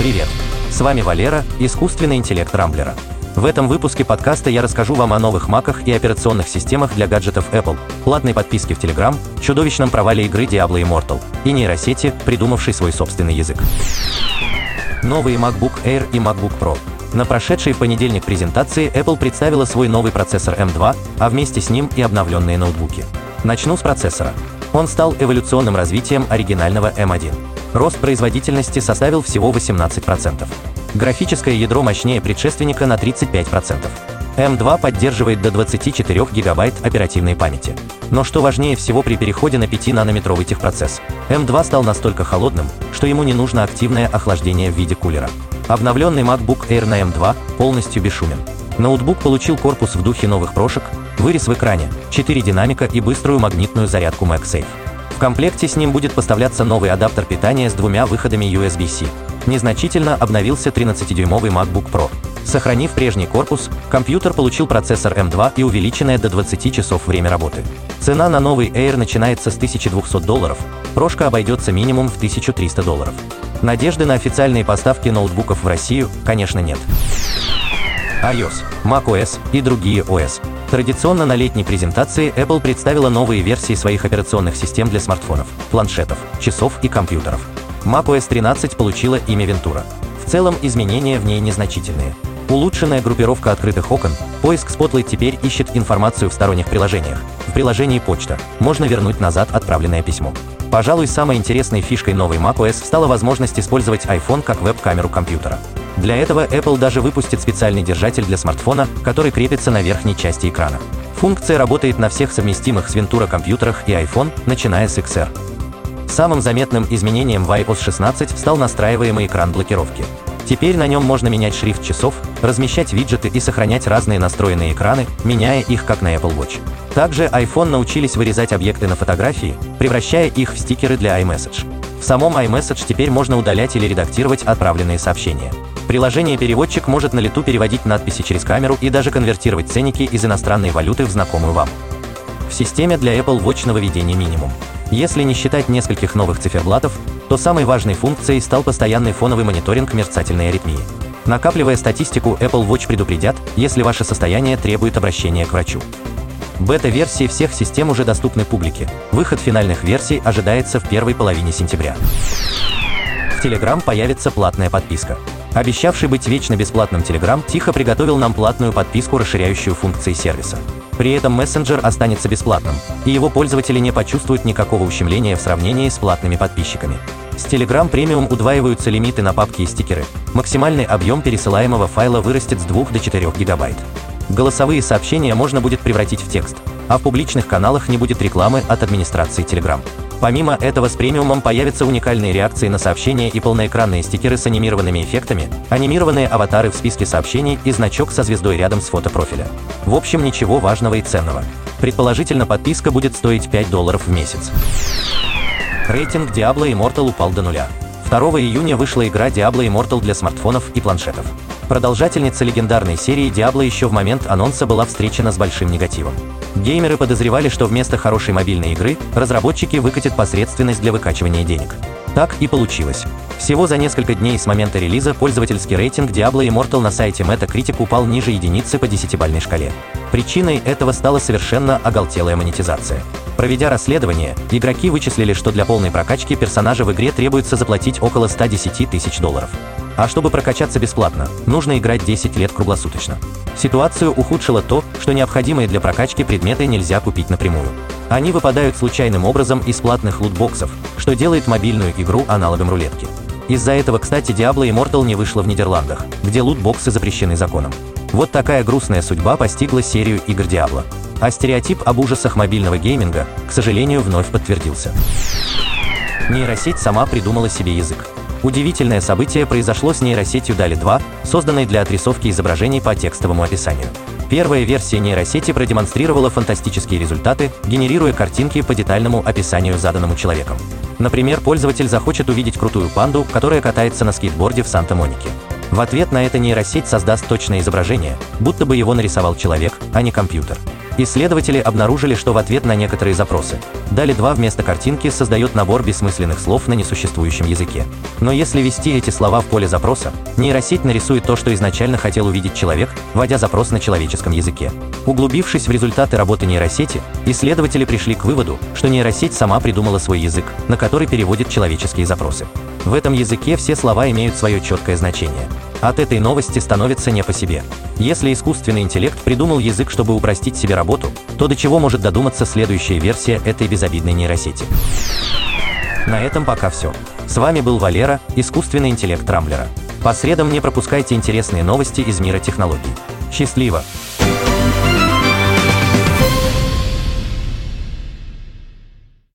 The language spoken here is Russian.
Привет! С вами Валера, искусственный интеллект Рамблера. В этом выпуске подкаста я расскажу вам о новых маках и операционных системах для гаджетов Apple, платной подписке в Telegram, чудовищном провале игры Diablo Immortal и нейросети, придумавшей свой собственный язык. Новые MacBook Air и MacBook Pro. На прошедшей в понедельник презентации Apple представила свой новый процессор M2, а вместе с ним и обновленные ноутбуки. Начну с процессора. Он стал эволюционным развитием оригинального M1. Рост производительности составил всего 18%. Графическое ядро мощнее предшественника на 35%. M2 поддерживает до 24 ГБ оперативной памяти. Но что важнее всего при переходе на 5-нанометровый техпроцесс, M2 стал настолько холодным, что ему не нужно активное охлаждение в виде кулера. Обновленный MacBook Air на M2 полностью бесшумен. Ноутбук получил корпус в духе новых прошек, вырез в экране, 4 динамика и быструю магнитную зарядку MagSafe. В комплекте с ним будет поставляться новый адаптер питания с двумя выходами USB-C. Незначительно обновился 13-дюймовый MacBook Pro. Сохранив прежний корпус, компьютер получил процессор M2 и увеличенное до 20 часов время работы. Цена на новый Air начинается с $1200, прошка обойдется минимум в $1300. Надежды на официальные поставки ноутбуков в Россию, конечно, нет. iOS, macOS и другие OS. Традиционно на летней презентации Apple представила новые версии своих операционных систем для смартфонов, планшетов, часов и компьютеров. macOS 13 получила имя Ventura. В целом изменения в ней незначительные. Улучшенная группировка открытых окон, поиск Spotlight теперь ищет информацию в сторонних приложениях. В приложении «Почта» можно вернуть назад отправленное письмо. Пожалуй, самой интересной фишкой новой macOS стала возможность использовать iPhone как веб-камеру компьютера. Для этого Apple даже выпустит специальный держатель для смартфона, который крепится на верхней части экрана. Функция работает на всех совместимых с Ventura компьютерах и iPhone, начиная с XR. Самым заметным изменением в iOS 16 стал настраиваемый экран блокировки. Теперь на нем можно менять шрифт часов, размещать виджеты и сохранять разные настроенные экраны, меняя их как на Apple Watch. Также iPhone научились вырезать объекты на фотографии, превращая их в стикеры для iMessage. В самом iMessage теперь можно удалять или редактировать отправленные сообщения. Приложение-переводчик может на лету переводить надписи через камеру и даже конвертировать ценники из иностранной валюты в знакомую вам. В системе для Apple Watch нововведение минимум. Если не считать нескольких новых циферблатов, то самой важной функцией стал постоянный фоновый мониторинг мерцательной аритмии. Накапливая статистику, Apple Watch предупредят, если ваше состояние требует обращения к врачу. Бета-версии всех систем уже доступны публике. Выход финальных версий ожидается в первой половине сентября. В Telegram появится платная подписка. Обещавший быть вечно бесплатным Telegram тихо приготовил нам платную подписку, расширяющую функции сервиса. При этом мессенджер останется бесплатным, и его пользователи не почувствуют никакого ущемления в сравнении с платными подписчиками. С Telegram Premium удваиваются лимиты на папки и стикеры. Максимальный объем пересылаемого файла вырастет с 2 до 4 ГБ. Голосовые сообщения можно будет превратить в текст, а в публичных каналах не будет рекламы от администрации Telegram. Помимо этого, с премиумом появятся уникальные реакции на сообщения и полноэкранные стикеры с анимированными эффектами, анимированные аватары в списке сообщений и значок со звездой рядом с фото профиля. В общем, ничего важного и ценного. Предположительно, подписка будет стоить $5 в месяц. Рейтинг Diablo Immortal упал до нуля. 2 июня вышла игра Diablo Immortal для смартфонов и планшетов. Продолжательница легендарной серии Diablo еще в момент анонса была встречена с большим негативом. Геймеры подозревали, что вместо хорошей мобильной игры разработчики выкатят посредственность для выкачивания денег. Так и получилось. Всего за несколько дней с момента релиза пользовательский рейтинг Diablo Immortal на сайте Metacritic упал ниже единицы по 10-бальной шкале. Причиной этого стала совершенно оголтелая монетизация. Проведя расследование, игроки вычислили, что для полной прокачки персонажа в игре требуется заплатить около $110 тысяч. А чтобы прокачаться бесплатно, нужно играть 10 лет круглосуточно. Ситуацию ухудшило то, что необходимые для прокачки предметы нельзя купить напрямую. Они выпадают случайным образом из платных лутбоксов, что делает мобильную игру аналогом рулетки. Из-за этого, кстати, Diablo Immortal не вышла в Нидерландах, где лутбоксы запрещены законом. Вот такая грустная судьба постигла серию игр Diablo. А стереотип об ужасах мобильного гейминга, к сожалению, вновь подтвердился. Нейросеть сама придумала себе язык. Удивительное событие произошло с нейросетью DALL-E 2, созданной для отрисовки изображений по текстовому описанию. Первая версия нейросети продемонстрировала фантастические результаты, генерируя картинки по детальному описанию, заданному человеком. Например, пользователь захочет увидеть крутую панду, которая катается на скейтборде в Санта-Монике. В ответ на это нейросеть создаст точное изображение, будто бы его нарисовал человек, а не компьютер. Исследователи обнаружили, что в ответ на некоторые запросы DALL-E 2 вместо картинки создает набор бессмысленных слов на несуществующем языке. Но если ввести эти слова в поле запроса, нейросеть нарисует то, что изначально хотел увидеть человек, вводя запрос на человеческом языке. Углубившись в результаты работы нейросети, исследователи пришли к выводу, что нейросеть сама придумала свой язык, на который переводит человеческие запросы. В этом языке все слова имеют свое четкое значение. От этой новости становится не по себе. Если искусственный интеллект придумал язык, чтобы упростить себе работу, то до чего может додуматься следующая версия этой безобидной нейросети? На этом пока все. С вами был Валера, искусственный интеллект Рамблера. По средам не пропускайте интересные новости из мира технологий. Счастливо!